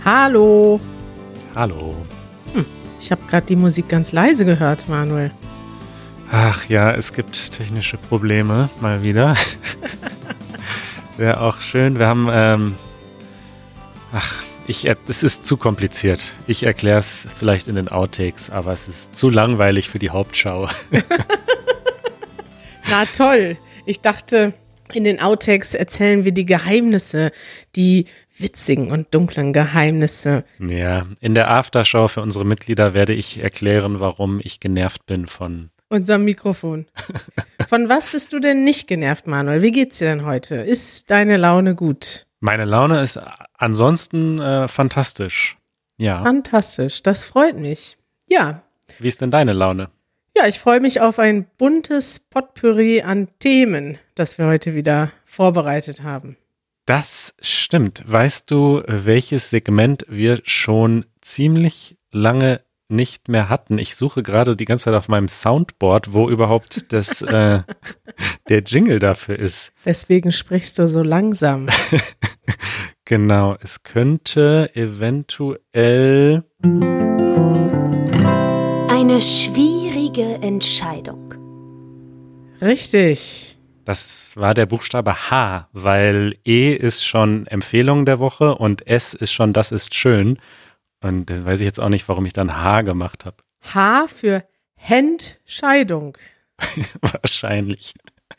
Hallo. Hallo. Ich habe gerade die Musik ganz leise gehört, Manuel. Ach ja, es gibt technische Probleme, mal wieder. Wäre auch schön. Wir haben, es ist zu kompliziert. Ich erkläre es vielleicht in den Outtakes, aber es ist zu langweilig für die Hauptschau. Na toll. Ich dachte, in den Outtakes erzählen wir die Geheimnisse, die witzigen und dunklen Geheimnisse. Ja, in der Aftershow für unsere Mitglieder werde ich erklären, warum ich genervt bin von unserem Mikrofon. Von was bist du denn nicht genervt, Manuel? Wie geht's dir denn heute? Ist deine Laune gut? Meine Laune ist ansonsten fantastisch. Ja. Fantastisch, das freut mich. Ja. Wie ist denn deine Laune? Ja, ich freue mich auf ein buntes Potpourri an Themen, das wir heute wieder vorbereitet haben. Das stimmt. Weißt du, welches Segment wir schon ziemlich lange nicht mehr hatten? Ich suche gerade die ganze Zeit auf meinem Soundboard, wo überhaupt der Jingle dafür ist. Deswegen sprichst du so langsam. Genau, es könnte eventuell eine schwierige Entscheidung. Richtig. Das war der Buchstabe H, weil E ist schon Empfehlung der Woche und S ist schon das ist schön. Und da weiß ich jetzt auch nicht, warum ich dann H gemacht habe. H für Entscheidung. Wahrscheinlich.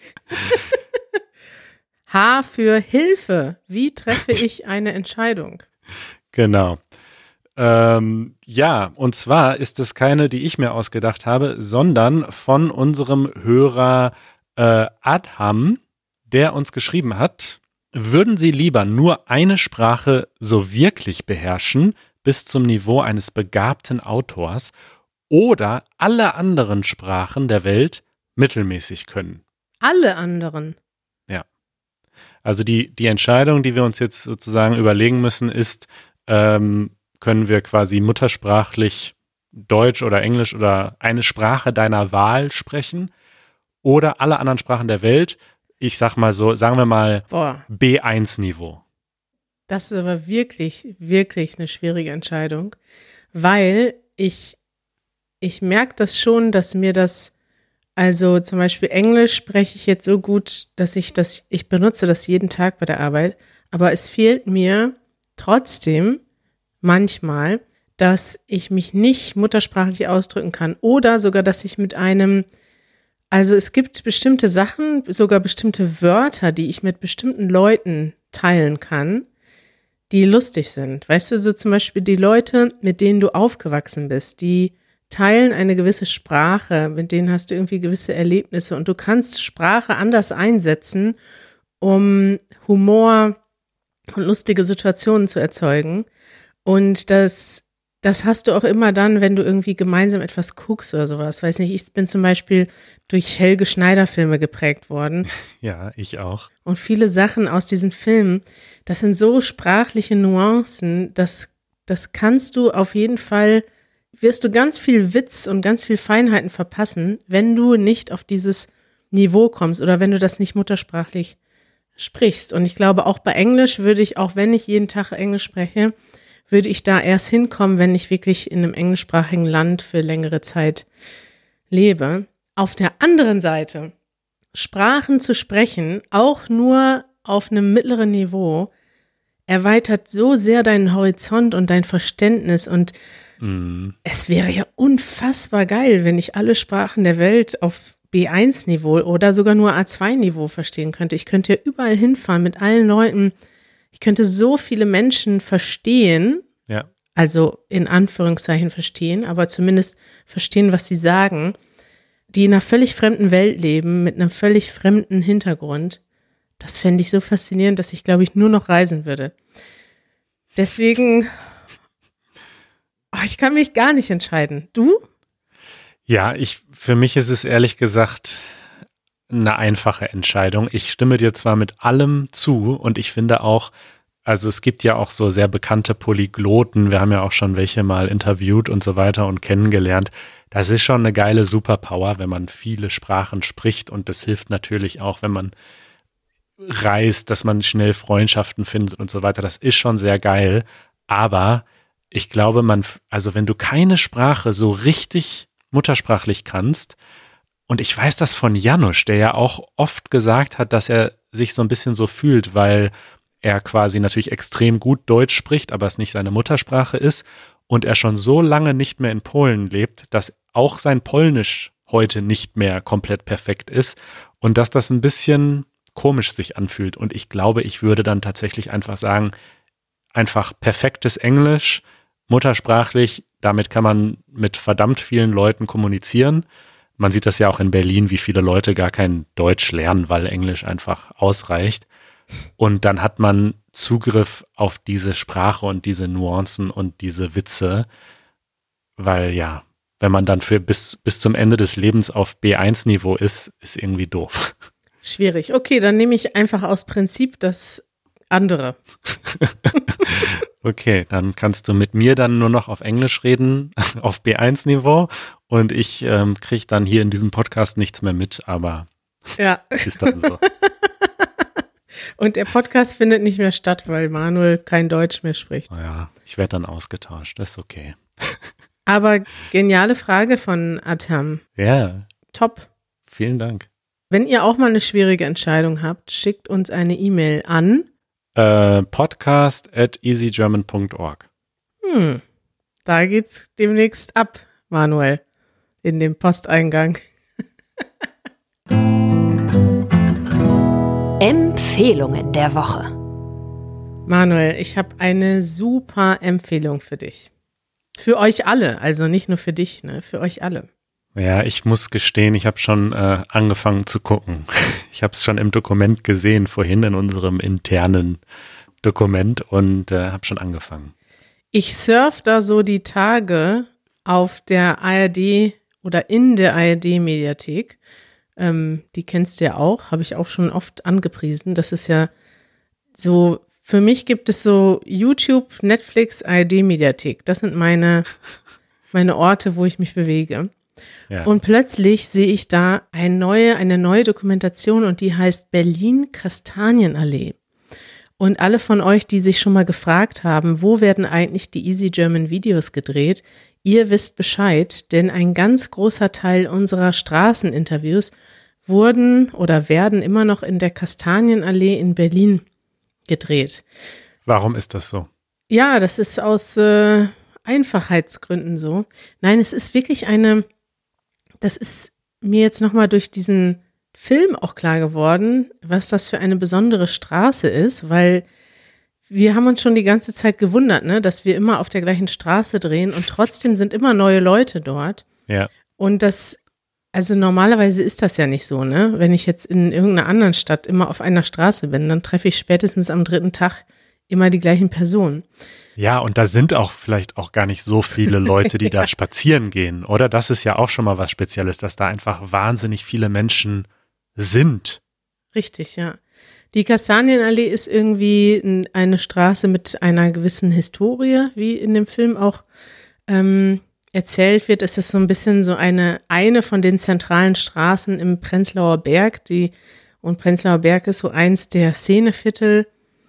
H für Hilfe. Wie treffe ich eine Entscheidung? Genau. Ja, und zwar ist es keine, die ich mir ausgedacht habe, sondern von unserem Hörer Adham, der uns geschrieben hat: Würden Sie lieber nur eine Sprache so wirklich beherrschen, bis zum Niveau eines begabten Autors, oder alle anderen Sprachen der Welt mittelmäßig können? Alle anderen? Ja. Also die Entscheidung, die wir uns jetzt sozusagen überlegen müssen, ist, können wir quasi muttersprachlich Deutsch oder Englisch oder eine Sprache deiner Wahl sprechen oder alle anderen Sprachen der Welt? Ich sag mal so, sagen wir mal B1-Niveau. Das ist aber wirklich, wirklich eine schwierige Entscheidung, weil ich merke das schon, dass mir das, also zum Beispiel Englisch spreche ich jetzt so gut, dass ich benutze das jeden Tag bei der Arbeit, aber es fehlt mir trotzdem manchmal, dass ich mich nicht muttersprachlich ausdrücken kann oder sogar, dass ich also es gibt bestimmte Sachen, sogar bestimmte Wörter, die ich mit bestimmten Leuten teilen kann, die lustig sind. Weißt du, so zum Beispiel die Leute, mit denen du aufgewachsen bist, die teilen eine gewisse Sprache, mit denen hast du irgendwie gewisse Erlebnisse und du kannst Sprache anders einsetzen, um Humor und lustige Situationen zu erzeugen. Und das hast du auch immer dann, wenn du irgendwie gemeinsam etwas guckst oder sowas. Weiß nicht, ich bin zum Beispiel durch Helge Schneider-Filme geprägt worden. Ja, ich auch. Und viele Sachen aus diesen Filmen, das sind so sprachliche Nuancen, das kannst du auf jeden Fall, wirst du ganz viel Witz und ganz viel Feinheiten verpassen, wenn du nicht auf dieses Niveau kommst oder wenn du das nicht muttersprachlich sprichst. Und ich glaube, auch bei Englisch würde ich, auch wenn ich jeden Tag Englisch spreche, würde ich da erst hinkommen, wenn ich wirklich in einem englischsprachigen Land für längere Zeit lebe. Auf der anderen Seite, Sprachen zu sprechen, auch nur auf einem mittleren Niveau, erweitert so sehr deinen Horizont und dein Verständnis und es wäre ja unfassbar geil, wenn ich alle Sprachen der Welt auf B1-Niveau oder sogar nur A2-Niveau verstehen könnte. Ich könnte ja überall hinfahren mit allen Leuten. Ich könnte so viele Menschen verstehen, ja. Also in Anführungszeichen verstehen, aber zumindest verstehen, was sie sagen, die in einer völlig fremden Welt leben, mit einem völlig fremden Hintergrund. Das fände ich so faszinierend, dass ich, glaube ich, nur noch reisen würde. Deswegen, ich kann mich gar nicht entscheiden. Du? Ja, für mich ist es ehrlich gesagt eine einfache Entscheidung. Ich stimme dir zwar mit allem zu und ich finde auch, also es gibt ja auch so sehr bekannte Polygloten, wir haben ja auch schon welche mal interviewt und so weiter und kennengelernt. Das ist schon eine geile Superpower, wenn man viele Sprachen spricht, und das hilft natürlich auch, wenn man reist, dass man schnell Freundschaften findet und so weiter. Das ist schon sehr geil, Aber ich glaube, also wenn du keine Sprache so richtig muttersprachlich kannst, und ich weiß das von Janusz, der ja auch oft gesagt hat, dass er sich so ein bisschen so fühlt, weil er quasi natürlich extrem gut Deutsch spricht, aber es nicht seine Muttersprache ist und er schon so lange nicht mehr in Polen lebt, dass auch sein Polnisch heute nicht mehr komplett perfekt ist und dass das ein bisschen komisch sich anfühlt. Und ich glaube, ich würde dann tatsächlich einfach sagen, einfach perfektes Englisch, muttersprachlich, damit kann man mit verdammt vielen Leuten kommunizieren. Man sieht das ja auch in Berlin, wie viele Leute gar kein Deutsch lernen, weil Englisch einfach ausreicht. Und dann hat man Zugriff auf diese Sprache und diese Nuancen und diese Witze, weil ja, wenn man dann bis zum Ende des Lebens auf B1-Niveau ist irgendwie doof. Schwierig. Okay, dann nehme ich einfach aus Prinzip das andere. Okay, dann kannst du mit mir dann nur noch auf Englisch reden, auf B1-Niveau und ich kriege dann hier in diesem Podcast nichts mehr mit, aber ja. Ist dann so. Und der Podcast findet nicht mehr statt, weil Manuel kein Deutsch mehr spricht. Naja, ich werde dann ausgetauscht, das ist okay. Aber geniale Frage von Adham. Ja. Top. Vielen Dank. Wenn ihr auch mal eine schwierige Entscheidung habt, schickt uns eine E-Mail an podcast@easygerman.org. Da geht's demnächst ab, Manuel, in dem Posteingang. Empfehlungen der Woche. Manuel, ich habe eine super Empfehlung für dich. Für euch alle, also nicht nur für dich, ne, für euch alle. Ja, ich muss gestehen, ich habe schon angefangen zu gucken. Ich habe es schon im Dokument gesehen, vorhin in unserem internen Dokument und habe schon angefangen. Ich surf da so die Tage auf der ARD oder in der ARD-Mediathek. Die kennst du ja auch, habe ich auch schon oft angepriesen. Das ist ja so, für mich gibt es so YouTube, Netflix, ARD-Mediathek. Das sind meine Orte, wo ich mich bewege. Ja. Und plötzlich sehe ich da eine neue Dokumentation und die heißt Berlin Kastanienallee. Und alle von euch, die sich schon mal gefragt haben, wo werden eigentlich die Easy German Videos gedreht, ihr wisst Bescheid, denn ein ganz großer Teil unserer Straßeninterviews wurden oder werden immer noch in der Kastanienallee in Berlin gedreht. Warum ist das so? Ja, das ist aus Einfachheitsgründen so. Nein, es ist wirklich das ist mir jetzt nochmal durch diesen Film auch klar geworden, was das für eine besondere Straße ist, weil wir haben uns schon die ganze Zeit gewundert, ne, dass wir immer auf der gleichen Straße drehen und trotzdem sind immer neue Leute dort. Ja. Und also normalerweise ist das ja nicht so, ne? Wenn ich jetzt in irgendeiner anderen Stadt immer auf einer Straße bin, dann treffe ich spätestens am 3. Tag immer die gleichen Personen. Ja, und da sind auch vielleicht auch gar nicht so viele Leute, die da spazieren gehen, oder? Das ist ja auch schon mal was Spezielles, dass da einfach wahnsinnig viele Menschen sind. Richtig, ja. Die Kastanienallee ist irgendwie eine Straße mit einer gewissen Historie, wie in dem Film auch erzählt wird. Es ist so ein bisschen so eine von den zentralen Straßen im Prenzlauer Berg. Und Prenzlauer Berg ist so eins der Szeneviertel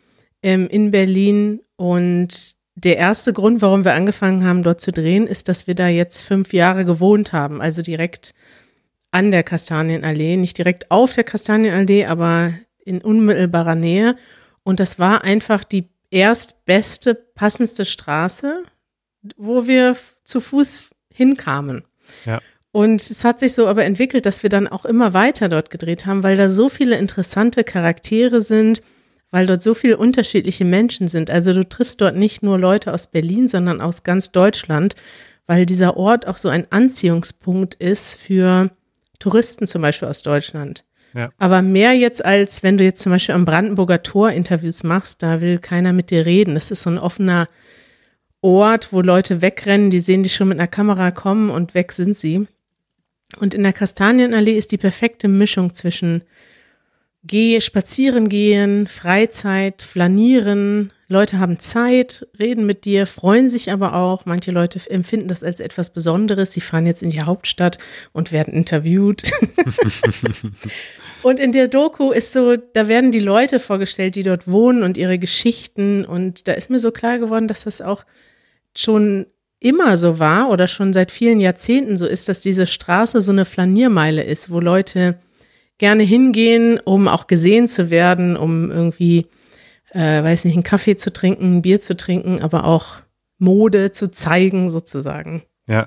in Berlin. Und der erste Grund, warum wir angefangen haben, dort zu drehen, ist, dass wir da jetzt 5 Jahre gewohnt haben. Also direkt an der Kastanienallee, nicht direkt auf der Kastanienallee, aber in unmittelbarer Nähe. Und das war einfach die erstbeste, passendste Straße, wo wir zu Fuß hinkamen. Ja. Und es hat sich so aber entwickelt, dass wir dann auch immer weiter dort gedreht haben, weil da so viele interessante Charaktere sind, weil dort so viele unterschiedliche Menschen sind. Also du triffst dort nicht nur Leute aus Berlin, sondern aus ganz Deutschland, weil dieser Ort auch so ein Anziehungspunkt ist für Touristen zum Beispiel aus Deutschland. Ja. Aber mehr jetzt als, wenn du jetzt zum Beispiel am Brandenburger Tor Interviews machst, da will keiner mit dir reden. Das ist so ein offener Ort, wo Leute wegrennen, die sehen dich schon mit einer Kamera kommen und weg sind sie. Und in der Kastanienallee ist die perfekte Mischung zwischen spazieren gehen, Freizeit, flanieren. Leute haben Zeit, reden mit dir, freuen sich aber auch. Manche Leute empfinden das als etwas Besonderes. Sie fahren jetzt in die Hauptstadt und werden interviewt. Und in der Doku ist so, da werden die Leute vorgestellt, die dort wohnen und ihre Geschichten. Und da ist mir so klar geworden, dass das auch schon immer so war oder schon seit vielen Jahrzehnten so ist, dass diese Straße so eine Flaniermeile ist, wo Leute gerne hingehen, um auch gesehen zu werden, um irgendwie, weiß nicht, einen Kaffee zu trinken, ein Bier zu trinken, aber auch Mode zu zeigen sozusagen. Ja.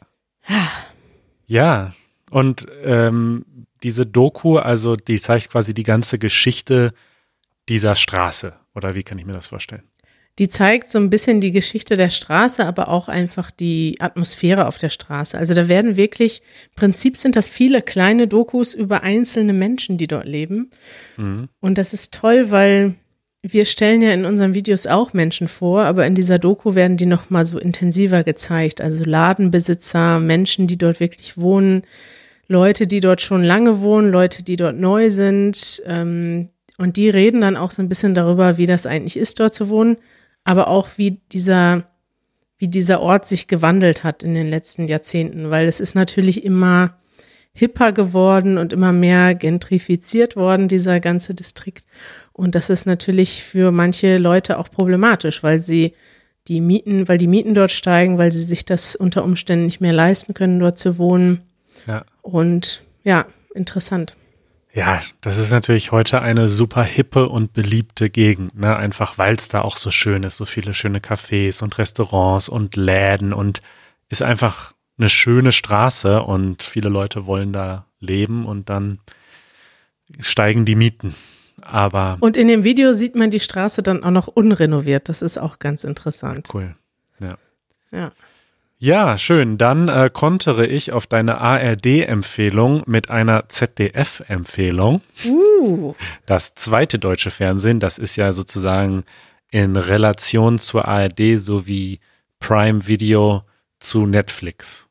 Ja, und diese Doku, also die zeigt quasi die ganze Geschichte dieser Straße. Oder wie kann ich mir das vorstellen? Die zeigt so ein bisschen die Geschichte der Straße, aber auch einfach die Atmosphäre auf der Straße. Also da werden wirklich, im Prinzip sind das viele kleine Dokus über einzelne Menschen, die dort leben. Mhm. Und das ist toll, weil wir stellen ja in unseren Videos auch Menschen vor, aber in dieser Doku werden die noch mal so intensiver gezeigt. Also Ladenbesitzer, Menschen, die dort wirklich wohnen, Leute, die dort schon lange wohnen, Leute, die dort neu sind. Und die reden dann auch so ein bisschen darüber, wie das eigentlich ist, dort zu wohnen. Aber auch wie dieser Ort sich gewandelt hat in den letzten Jahrzehnten, weil es ist natürlich immer hipper geworden und immer mehr gentrifiziert worden, dieser ganze Distrikt. Und das ist natürlich für manche Leute auch problematisch, weil die Mieten dort steigen, weil sie sich das unter Umständen nicht mehr leisten können, dort zu wohnen. Ja. Und ja, interessant. Ja, das ist natürlich heute eine super hippe und beliebte Gegend, ne? Einfach weil es da auch so schön ist, so viele schöne Cafés und Restaurants und Läden und ist einfach eine schöne Straße und viele Leute wollen da leben und dann steigen die Mieten. Und in dem Video sieht man die Straße dann auch noch unrenoviert. Das ist auch ganz interessant. Cool. Ja. Ja, schön. Dann kontere ich auf deine ARD-Empfehlung mit einer ZDF-Empfehlung. Das zweite deutsche Fernsehen, das ist ja sozusagen in Relation zur ARD sowie Prime Video zu Netflix.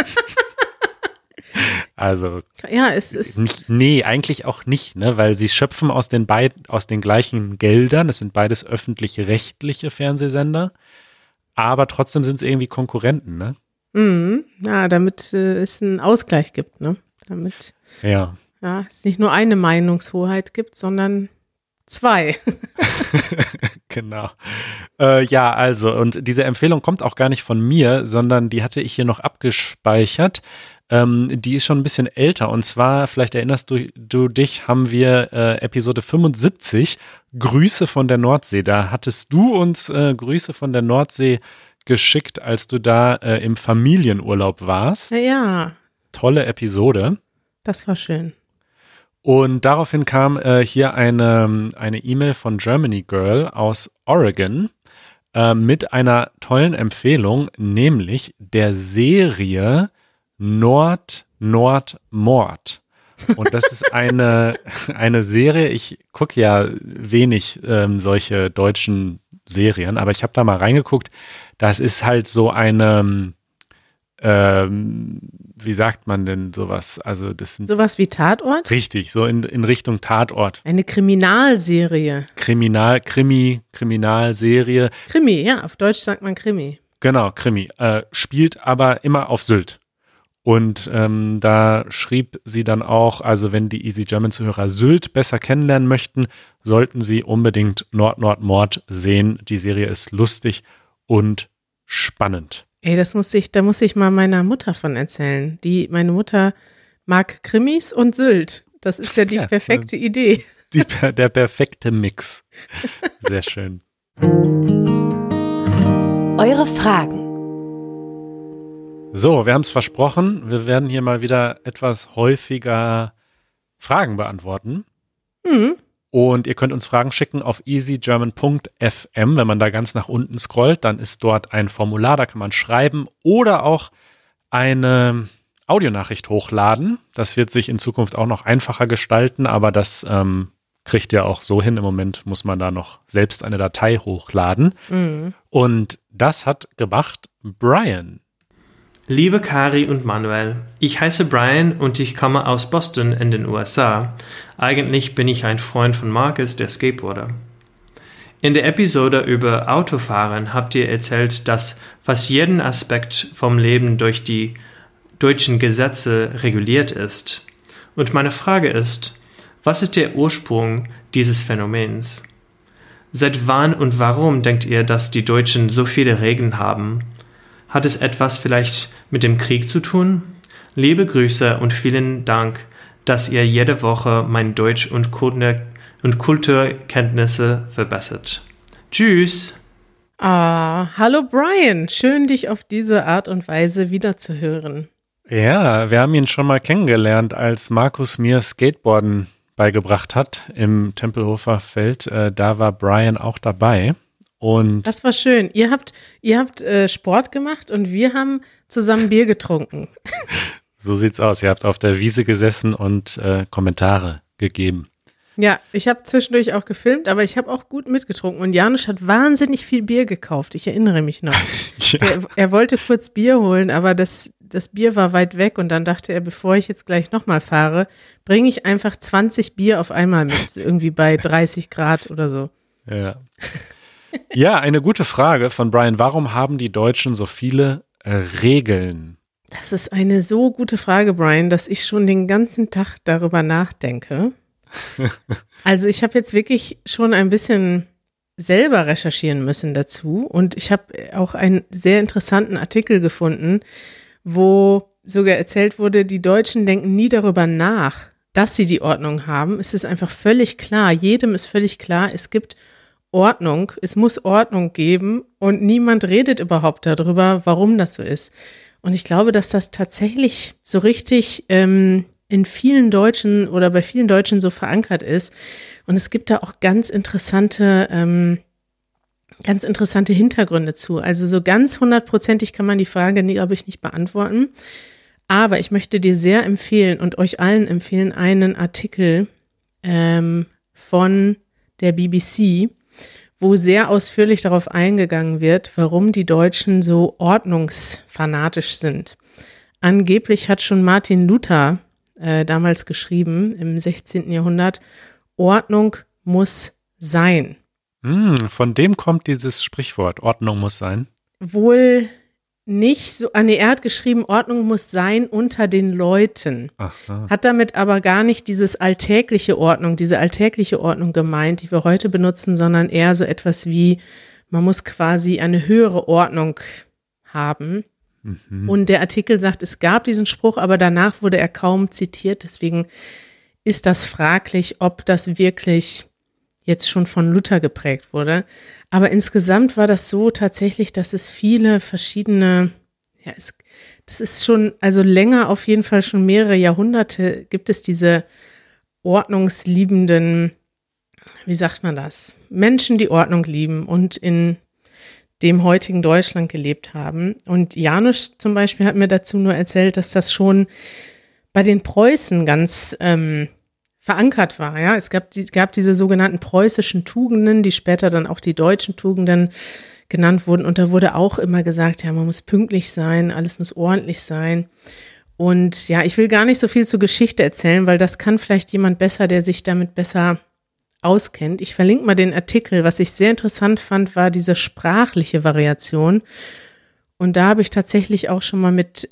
Also ja, es ist nee, eigentlich auch nicht, ne, weil sie schöpfen aus den gleichen Geldern. Es sind beides öffentlich-rechtliche Fernsehsender. Aber trotzdem sind es irgendwie Konkurrenten, ne? Ja, damit es einen Ausgleich gibt, ne? Damit es nicht nur eine Meinungshoheit gibt, sondern zwei. Genau. Ja, also, und diese Empfehlung kommt auch gar nicht von mir, sondern die hatte ich hier noch abgespeichert. Die ist schon ein bisschen älter und zwar, vielleicht erinnerst du dich, haben wir Episode 75, Grüße von der Nordsee. Da hattest du uns Grüße von der Nordsee geschickt, als du da im Familienurlaub warst. Ja. Tolle Episode. Das war schön. Und daraufhin kam hier eine E-Mail von Germany Girl aus Oregon mit einer tollen Empfehlung, nämlich der Serie Mord. Und das ist eine Serie, ich gucke ja wenig solche deutschen Serien, aber ich habe da mal reingeguckt, das ist halt so eine, wie sagt man denn sowas? Also das sind sowas wie Tatort? Richtig, so in Richtung Tatort. Eine Kriminalserie. Kriminalserie. Krimi, ja, auf Deutsch sagt man Krimi. Genau, Krimi. Spielt aber immer auf Sylt. Und da schrieb sie dann auch, also wenn die Easy German Zuhörer Sylt besser kennenlernen möchten, sollten sie unbedingt Mord sehen. Die Serie ist lustig und spannend. Ey, da muss ich mal meiner Mutter von erzählen. Meine Mutter mag Krimis und Sylt. Das ist ja die perfekte Idee. Der perfekte Mix. Sehr schön. Eure Fragen. So, wir haben es versprochen. Wir werden hier mal wieder etwas häufiger Fragen beantworten. Und ihr könnt uns Fragen schicken auf easygerman.fm. Wenn man da ganz nach unten scrollt, dann ist dort ein Formular, da kann man schreiben oder auch eine Audionachricht hochladen. Das wird sich in Zukunft auch noch einfacher gestalten, aber das kriegt ihr auch so hin. Im Moment muss man da noch selbst eine Datei hochladen. Und das hat gemacht Brian. Liebe Kari und Manuel, ich heiße Brian und ich komme aus Boston in den USA. Eigentlich bin ich ein Freund von Marcus, der Skateboarder. In der Episode über Autofahren habt ihr erzählt, dass fast jeden Aspekt vom Leben durch die deutschen Gesetze reguliert ist. Und meine Frage ist, Was ist der Ursprung dieses Phänomens? Seit wann und warum denkt ihr, dass die Deutschen so viele Regeln haben? Hat es etwas vielleicht mit dem Krieg zu tun? Liebe Grüße und vielen Dank, dass ihr jede Woche mein Deutsch- und Kulturkenntnisse verbessert. Tschüss! Hallo Brian, schön dich auf diese Art und Weise wiederzuhören. Ja, wir haben ihn schon mal kennengelernt, als Markus mir Skateboarden beigebracht hat im Tempelhofer Feld. Da war Brian auch dabei. Und das war schön. Ihr habt Sport gemacht und wir haben zusammen Bier getrunken. So sieht's aus. Ihr habt auf der Wiese gesessen und Kommentare gegeben. Ja, ich habe zwischendurch auch gefilmt, aber ich habe auch gut mitgetrunken. Und Janusz hat wahnsinnig viel Bier gekauft. Ich erinnere mich noch. Ja. Er wollte kurz Bier holen, aber das Bier war weit weg. Und dann dachte er, bevor ich jetzt gleich nochmal fahre, bringe ich einfach 20 Bier auf einmal mit. Irgendwie bei 30 Grad oder so. Ja. Ja, eine gute Frage von Brian. Warum haben die Deutschen so viele Regeln? Das ist eine so gute Frage, Brian, dass ich schon den ganzen Tag darüber nachdenke. Also ich habe jetzt wirklich schon ein bisschen selber recherchieren müssen dazu und ich habe auch einen sehr interessanten Artikel gefunden, wo sogar erzählt wurde, die Deutschen denken nie darüber nach, dass sie die Ordnung haben. Es ist einfach völlig klar, jedem ist völlig klar, es gibt Ordnung, es muss Ordnung geben und niemand redet überhaupt darüber, warum das so ist. Und ich glaube, dass das tatsächlich so richtig in vielen Deutschen oder bei vielen Deutschen so verankert ist. Und es gibt da auch ganz interessante Hintergründe zu. Also so ganz 100%ig kann man die Frage, glaube ich, nicht beantworten. Aber ich möchte dir sehr empfehlen und euch allen empfehlen, einen Artikel von der BBC, wo sehr ausführlich darauf eingegangen wird, warum die Deutschen so ordnungsfanatisch sind. Angeblich hat schon Martin Luther damals geschrieben, im 16. Jahrhundert, Ordnung muss sein. Von dem kommt dieses Sprichwort, Ordnung muss sein. Wohl nicht so, er hat geschrieben, Ordnung muss sein unter den Leuten. Aha. Hat damit aber gar nicht diese alltägliche Ordnung gemeint, die wir heute benutzen, sondern eher so etwas wie, man muss quasi eine höhere Ordnung haben. Und der Artikel sagt, es gab diesen Spruch, aber danach wurde er kaum zitiert. Deswegen ist das fraglich, ob das wirklich jetzt schon von Luther geprägt wurde. Aber insgesamt war das so tatsächlich, dass es viele verschiedene, das ist schon, also länger auf jeden Fall schon mehrere Jahrhunderte gibt es diese ordnungsliebenden, wie sagt man das, Menschen, die Ordnung lieben und in dem heutigen Deutschland gelebt haben. Und Janusz zum Beispiel hat mir dazu nur erzählt, dass das schon bei den Preußen ganz verankert war. Ja? Es gab diese sogenannten preußischen Tugenden, die später dann auch die deutschen Tugenden genannt wurden. Und da wurde auch immer gesagt, ja, man muss pünktlich sein, alles muss ordentlich sein. Und ja, ich will gar nicht so viel zur Geschichte erzählen, weil das kann vielleicht jemand besser, der sich damit besser auskennt. Ich verlinke mal den Artikel. Was ich sehr interessant fand, war diese sprachliche Variation. Und da habe ich tatsächlich auch schon mal mit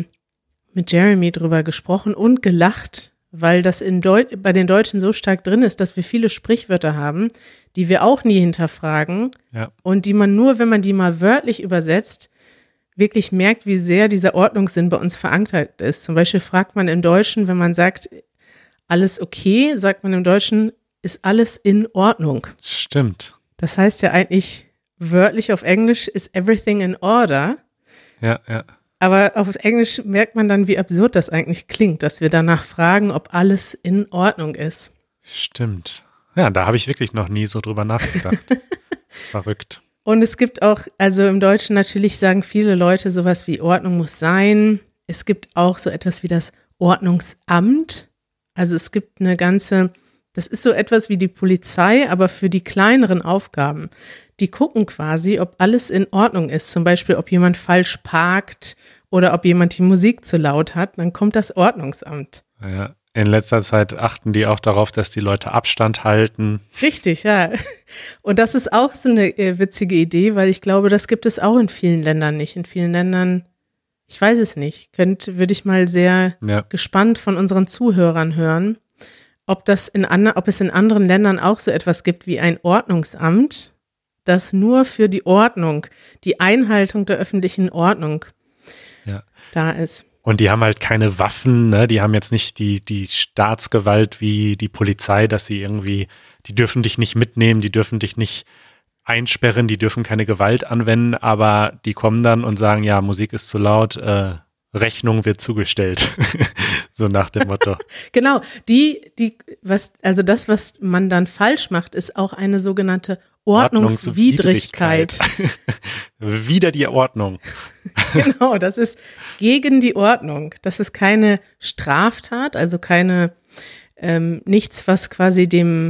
Jeremy drüber gesprochen und gelacht, weil das bei den Deutschen so stark drin ist, dass wir viele Sprichwörter haben, die wir auch nie hinterfragen und die man nur, wenn man die mal wörtlich übersetzt, wirklich merkt, wie sehr dieser Ordnungssinn bei uns verankert ist. Zum Beispiel fragt man im Deutschen, wenn man sagt, alles okay, sagt man im Deutschen, ist alles in Ordnung. Stimmt. Das heißt ja eigentlich wörtlich auf Englisch, is everything in order? Ja. Aber auf Englisch merkt man dann, wie absurd das eigentlich klingt, dass wir danach fragen, ob alles in Ordnung ist. Stimmt. Ja, da habe ich wirklich noch nie so drüber nachgedacht. Verrückt. Und es gibt auch, also im Deutschen natürlich sagen viele Leute sowas wie Ordnung muss sein. Es gibt auch so etwas wie das Ordnungsamt. Also es gibt das ist so etwas wie die Polizei, aber für die kleineren Aufgaben. Die gucken quasi, ob alles in Ordnung ist. Zum Beispiel, ob jemand falsch parkt oder ob jemand die Musik zu laut hat. Dann kommt das Ordnungsamt. Ja, in letzter Zeit achten die auch darauf, dass die Leute Abstand halten. Richtig, ja. Und das ist auch so eine witzige Idee, weil ich glaube, das gibt es auch in vielen Ländern nicht. In vielen Ländern, ich weiß es nicht, würde ich mal sehr gespannt von unseren Zuhörern hören. ob es in anderen Ländern auch so etwas gibt wie ein Ordnungsamt, das nur für die Ordnung, die Einhaltung der öffentlichen Ordnung da ist. Und die haben halt keine Waffen, ne? Die haben jetzt nicht die Staatsgewalt wie die Polizei, dass sie irgendwie, die dürfen dich nicht mitnehmen, die dürfen dich nicht einsperren, die dürfen keine Gewalt anwenden, aber die kommen dann und sagen, ja, Musik ist zu laut, Rechnung wird zugestellt. So nach dem Motto. Genau, was man dann falsch macht, ist auch eine sogenannte Ordnungswidrigkeit. Wider die Ordnung. Genau, das ist gegen die Ordnung. Das ist keine Straftat, also nichts, was quasi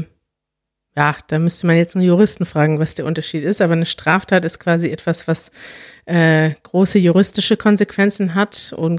da müsste man jetzt einen Juristen fragen, was der Unterschied ist, aber eine Straftat ist quasi etwas, was große juristische Konsequenzen hat und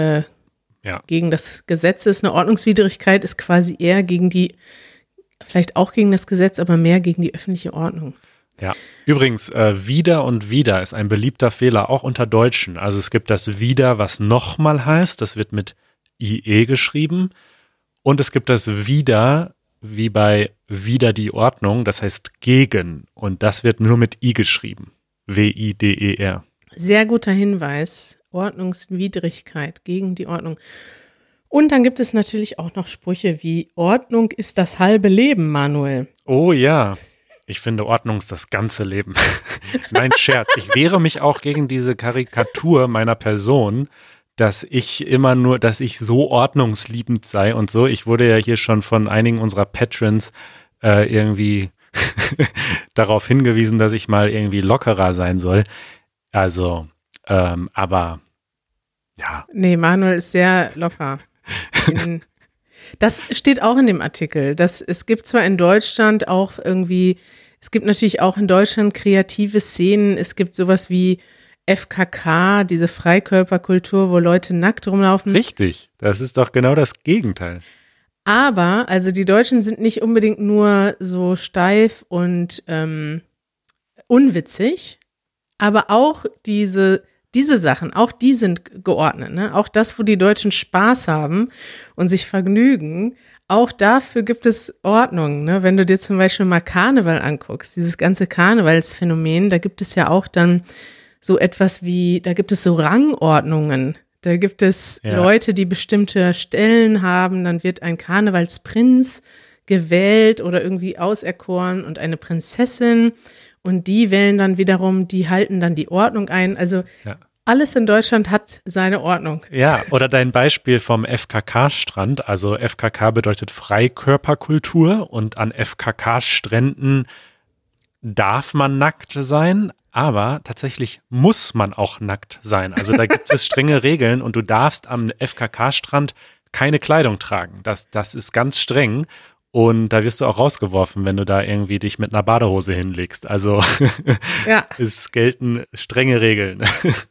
gegen das Gesetz ist. Eine Ordnungswidrigkeit ist quasi eher vielleicht auch gegen das Gesetz, aber mehr gegen die öffentliche Ordnung. Ja, übrigens, wieder und wieder ist ein beliebter Fehler, auch unter Deutschen. Also es gibt das wieder, was nochmal heißt, das wird mit IE geschrieben. Und es gibt das wieder, wie bei wieder die Ordnung, das heißt gegen. Und das wird nur mit I geschrieben. W-I-D-E-R. Sehr guter Hinweis. Ordnungswidrigkeit, gegen die Ordnung. Und dann gibt es natürlich auch noch Sprüche wie Ordnung ist das halbe Leben, Manuel. Oh ja, ich finde Ordnung ist das ganze Leben. Nein, Scherz. Ich wehre mich auch gegen diese Karikatur meiner Person, dass ich so ordnungsliebend sei und so. Ich wurde ja hier schon von einigen unserer Patrons irgendwie darauf hingewiesen, dass ich mal irgendwie lockerer sein soll. Also, aber ja. Nee, Manuel ist sehr locker. Das steht auch in dem Artikel. Es gibt zwar in Deutschland auch irgendwie, es gibt natürlich auch in Deutschland kreative Szenen. Es gibt sowas wie FKK, diese Freikörperkultur, wo Leute nackt rumlaufen. Richtig, das ist doch genau das Gegenteil. Aber, also die Deutschen sind nicht unbedingt nur so steif und unwitzig, aber auch diese Sachen, auch die sind geordnet. Ne? Auch das, wo die Deutschen Spaß haben und sich vergnügen, auch dafür gibt es Ordnung. Ne? Wenn du dir zum Beispiel mal Karneval anguckst, dieses ganze Karnevalsphänomen, da gibt es ja auch dann so etwas wie, da gibt es so Rangordnungen. Da gibt es Leute, die bestimmte Stellen haben, dann wird ein Karnevalsprinz gewählt oder irgendwie auserkoren und eine Prinzessin. Und die wählen dann wiederum, die halten dann die Ordnung ein. Also alles in Deutschland hat seine Ordnung. Ja, oder dein Beispiel vom FKK-Strand. Also FKK bedeutet Freikörperkultur und an FKK-Stränden darf man nackt sein, aber tatsächlich muss man auch nackt sein. Also da gibt es strenge Regeln und du darfst am FKK-Strand keine Kleidung tragen. Das ist ganz streng. Und da wirst du auch rausgeworfen, wenn du da irgendwie dich mit einer Badehose hinlegst. Also es gelten strenge Regeln.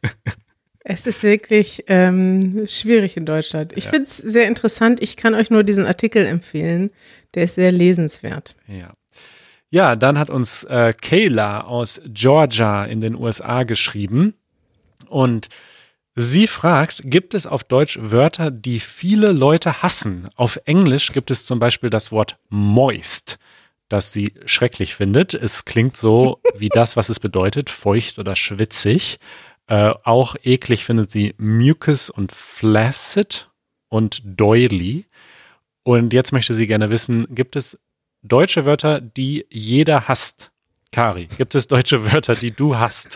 Es ist wirklich schwierig in Deutschland. Ich finde es sehr interessant. Ich kann euch nur diesen Artikel empfehlen. Der ist sehr lesenswert. Ja, dann hat uns Kayla aus Georgia in den USA geschrieben. Und sie fragt, gibt es auf Deutsch Wörter, die viele Leute hassen? Auf Englisch gibt es zum Beispiel das Wort moist, das sie schrecklich findet. Es klingt so wie das, was es bedeutet, feucht oder schwitzig. Auch eklig findet sie mucus und flaccid und doily. Und jetzt möchte sie gerne wissen, gibt es deutsche Wörter, die jeder hasst? Kari, gibt es deutsche Wörter, die du hasst?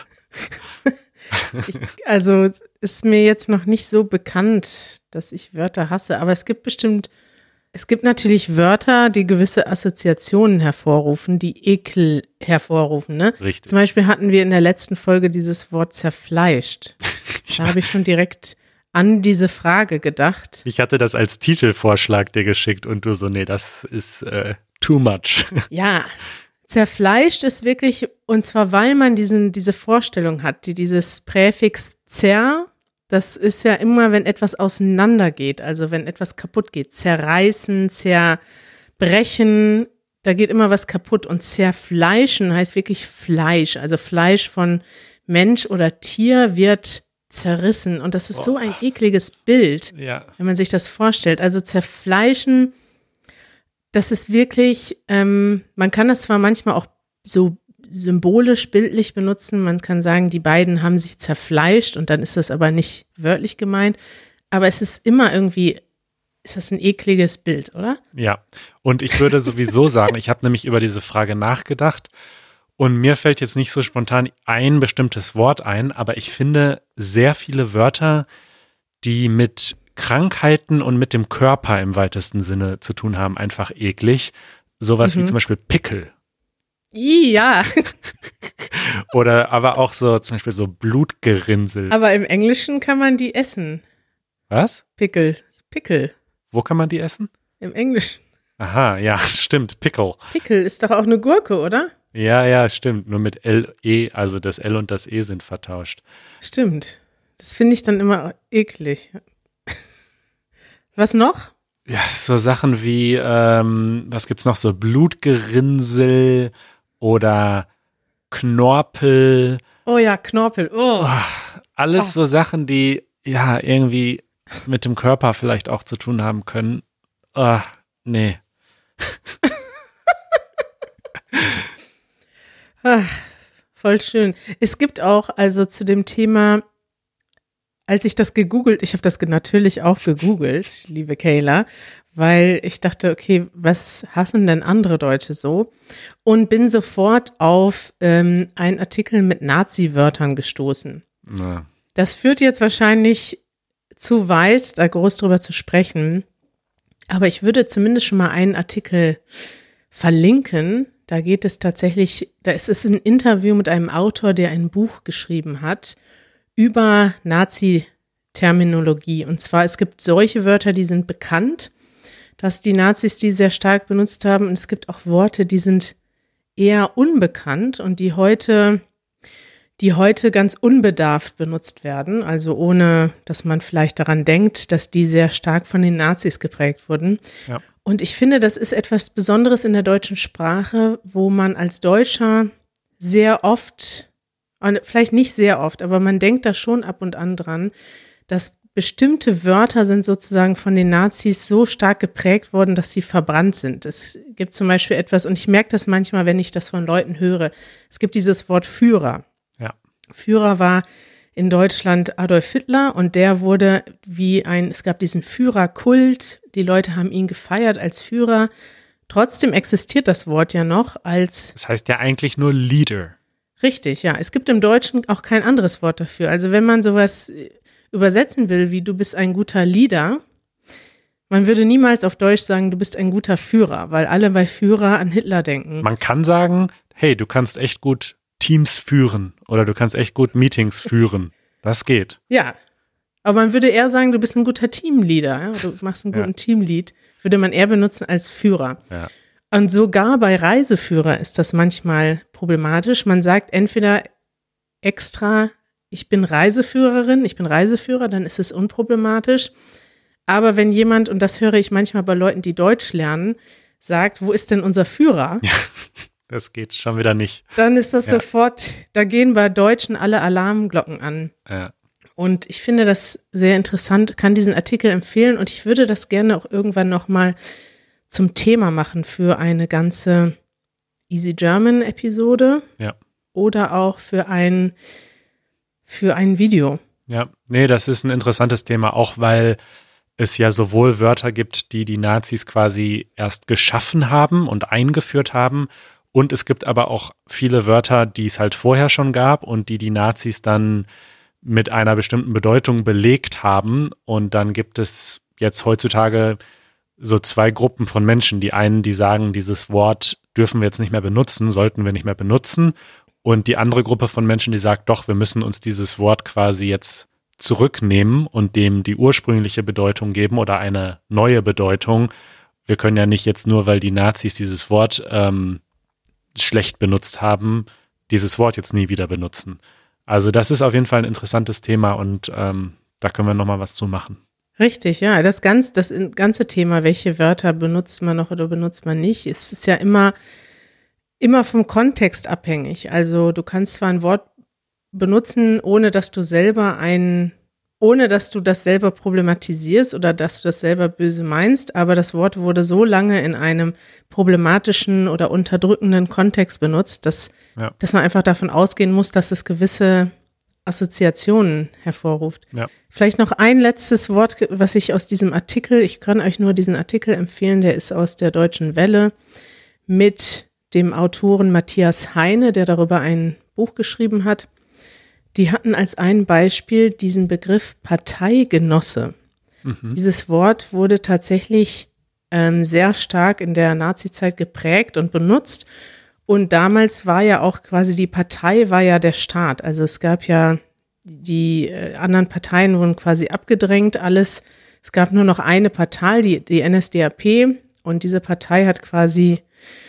Also ist mir jetzt noch nicht so bekannt, dass ich Wörter hasse, aber es gibt natürlich Wörter, die gewisse Assoziationen hervorrufen, die Ekel hervorrufen. Ne? Richtig. Zum Beispiel hatten wir in der letzten Folge dieses Wort zerfleischt. Da habe ich schon direkt an diese Frage gedacht. Ich hatte das als Titelvorschlag dir geschickt und du so, nee, das ist too much. Ja, zerfleischt ist wirklich, und zwar weil man diese Vorstellung hat, dieses Präfix zer, das ist ja immer, wenn etwas auseinandergeht, also wenn etwas kaputt geht, zerreißen, zerbrechen, da geht immer was kaputt und zerfleischen heißt wirklich Fleisch, also Fleisch von Mensch oder Tier wird zerrissen und das ist so ein ekliges Bild, wenn man sich das vorstellt, also zerfleischen. das ist wirklich, man kann das zwar manchmal auch so symbolisch, bildlich benutzen, man kann sagen, die beiden haben sich zerfleischt und dann ist das aber nicht wörtlich gemeint, aber es ist immer irgendwie, ist das ein ekliges Bild, oder? Ja, und ich würde sowieso sagen, ich habe nämlich über diese Frage nachgedacht und mir fällt jetzt nicht so spontan ein bestimmtes Wort ein, aber ich finde sehr viele Wörter, die mit Krankheiten und mit dem Körper im weitesten Sinne zu tun haben, einfach eklig. Sowas wie zum Beispiel Pickel. Ja. Oder aber auch so zum Beispiel so Blutgerinnsel. Aber im Englischen kann man die essen. Was? Pickel. Wo kann man die essen? Im Englischen. Aha, ja, stimmt, Pickle. Pickel ist doch auch eine Gurke, oder? Ja, stimmt. Nur mit L-E, also das L und das E sind vertauscht. Stimmt. Das finde ich dann immer eklig. Was noch? Ja, so Sachen wie, was gibt's noch so? Blutgerinnsel oder Knorpel. Oh ja, Knorpel. Oh. Alles so Sachen, die ja irgendwie mit dem Körper vielleicht auch zu tun haben können. Nee. Ach, voll schön. Es gibt auch, also zu dem Thema, als ich das ich habe das natürlich auch gegoogelt, liebe Kayla, weil ich dachte, okay, was hassen denn andere Deutsche so? Und bin sofort auf einen Artikel mit Nazi-Wörtern gestoßen. Na. Das führt jetzt wahrscheinlich zu weit, da groß drüber zu sprechen. Aber ich würde zumindest schon mal einen Artikel verlinken. Da geht es tatsächlich, da ist es ein Interview mit einem Autor, der ein Buch geschrieben hat über Nazi-Terminologie. Und zwar, es gibt solche Wörter, die sind bekannt, dass die Nazis die sehr stark benutzt haben. Und es gibt auch Worte, die sind eher unbekannt und die heute ganz unbedarft benutzt werden, also ohne, dass man vielleicht daran denkt, dass die sehr stark von den Nazis geprägt wurden. Ja. Und ich finde, das ist etwas Besonderes in der deutschen Sprache, wo man als Deutscher sehr oft, vielleicht nicht sehr oft, aber man denkt da schon ab und an dran, dass bestimmte Wörter sind sozusagen von den Nazis so stark geprägt worden, dass sie verbrannt sind. Es gibt zum Beispiel etwas, und ich merke das manchmal, wenn ich das von Leuten höre, es gibt dieses Wort Führer. Ja. Führer war in Deutschland Adolf Hitler und der wurde es gab diesen Führerkult, die Leute haben ihn gefeiert als Führer. Trotzdem existiert das Wort ja noch als… Das heißt ja eigentlich nur Leader. Richtig, ja. Es gibt im Deutschen auch kein anderes Wort dafür. Also wenn man sowas übersetzen will, wie du bist ein guter Leader, man würde niemals auf Deutsch sagen, du bist ein guter Führer, weil alle bei Führer an Hitler denken. Man kann sagen, hey, du kannst echt gut Teams führen oder du kannst echt gut Meetings führen. Das geht. Ja, aber man würde eher sagen, du bist ein guter Teamleader. Ja? Du machst einen guten Teamlead. Würde man eher benutzen als Führer. Ja. Und sogar bei Reiseführer ist das manchmal problematisch. Man sagt entweder extra, ich bin Reiseführerin, ich bin Reiseführer, dann ist es unproblematisch. Aber wenn jemand, und das höre ich manchmal bei Leuten, die Deutsch lernen, sagt, wo ist denn unser Führer? Ja, das geht schon wieder nicht. Dann ist das sofort, da gehen bei Deutschen alle Alarmglocken an. Ja. Und ich finde das sehr interessant, kann diesen Artikel empfehlen und ich würde das gerne auch irgendwann nochmal zum Thema machen für eine ganze Easy German Episode. Ja. Oder auch für ein Video. Ja, nee, das ist ein interessantes Thema, auch weil es ja sowohl Wörter gibt, die die Nazis quasi erst geschaffen haben und eingeführt haben, und es gibt aber auch viele Wörter, die es halt vorher schon gab und die Nazis dann mit einer bestimmten Bedeutung belegt haben. Und dann gibt es jetzt heutzutage so zwei Gruppen von Menschen. Die einen, die sagen, dieses Wort dürfen wir jetzt nicht mehr benutzen, sollten wir nicht mehr benutzen. Und die andere Gruppe von Menschen, die sagt, doch, wir müssen uns dieses Wort quasi jetzt zurücknehmen und dem die ursprüngliche Bedeutung geben oder eine neue Bedeutung. Wir können ja nicht jetzt nur, weil die Nazis dieses Wort schlecht benutzt haben, dieses Wort jetzt nie wieder benutzen. Also das ist auf jeden Fall ein interessantes Thema und da können wir nochmal was zu machen. Richtig, ja. Das ganze Thema, welche Wörter benutzt man noch oder benutzt man nicht, es ist ja immer vom Kontext abhängig. Also du kannst zwar ein Wort benutzen, ohne dass du selber ein ohne dass du das selber problematisierst oder dass du das selber böse meinst, aber das Wort wurde so lange in einem problematischen oder unterdrückenden Kontext benutzt, dass man einfach davon ausgehen muss, dass es gewisse Assoziationen hervorruft. Ja. Vielleicht noch ein letztes Wort, was ich aus diesem Artikel, ich kann euch nur diesen Artikel empfehlen, der ist aus der Deutschen Welle mit dem Autoren Matthias Heine, der darüber ein Buch geschrieben hat. Die hatten als ein Beispiel diesen Begriff Parteigenosse. Dieses Wort wurde tatsächlich sehr stark in der Nazizeit geprägt und benutzt. Und damals war ja auch quasi die Partei war ja der Staat. Also es gab ja die anderen Parteien wurden quasi abgedrängt, alles. Es gab nur noch eine Partei, die NSDAP. Und diese Partei hat quasi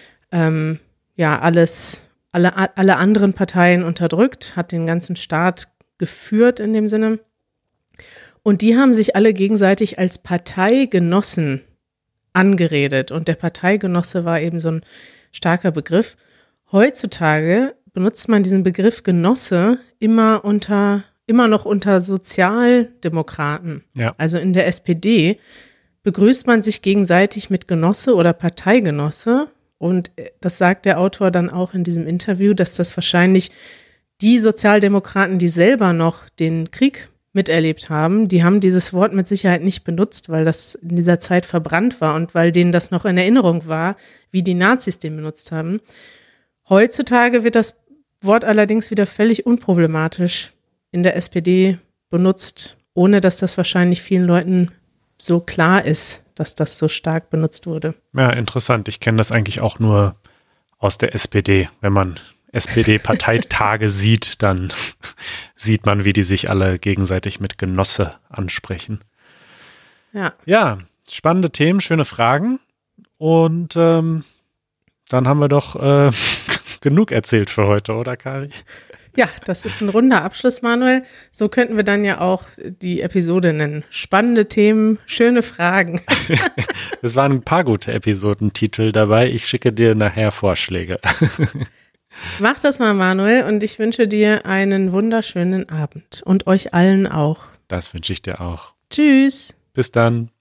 alle anderen Parteien unterdrückt, hat den ganzen Staat geführt in dem Sinne. Und die haben sich alle gegenseitig als Parteigenossen angeredet. Und der Parteigenosse war eben so ein starker Begriff. Heutzutage benutzt man diesen Begriff Genosse immer noch unter Sozialdemokraten. Ja. Also in der SPD begrüßt man sich gegenseitig mit Genosse oder Parteigenosse. Und das sagt der Autor dann auch in diesem Interview, dass das wahrscheinlich die Sozialdemokraten, die selber noch den Krieg miterlebt haben, die haben dieses Wort mit Sicherheit nicht benutzt, weil das in dieser Zeit verbrannt war und weil denen das noch in Erinnerung war, wie die Nazis den benutzt haben. Heutzutage wird das Wort allerdings wieder völlig unproblematisch in der SPD benutzt, ohne dass das wahrscheinlich vielen Leuten so klar ist, dass das so stark benutzt wurde. Ja, interessant. Ich kenne das eigentlich auch nur aus der SPD. Wenn man SPD-Parteitage sieht, dann sieht man, wie die sich alle gegenseitig mit Genosse ansprechen. Ja, spannende Themen, schöne Fragen. Und dann haben wir doch genug erzählt für heute, oder Kari? Ja, das ist ein runder Abschluss, Manuel. So könnten wir dann ja auch die Episode nennen. Spannende Themen, schöne Fragen. Es waren ein paar gute Episodentitel dabei. Ich schicke dir nachher Vorschläge. Mach das mal, Manuel, und ich wünsche dir einen wunderschönen Abend und euch allen auch. Das wünsche ich dir auch. Tschüss. Bis dann.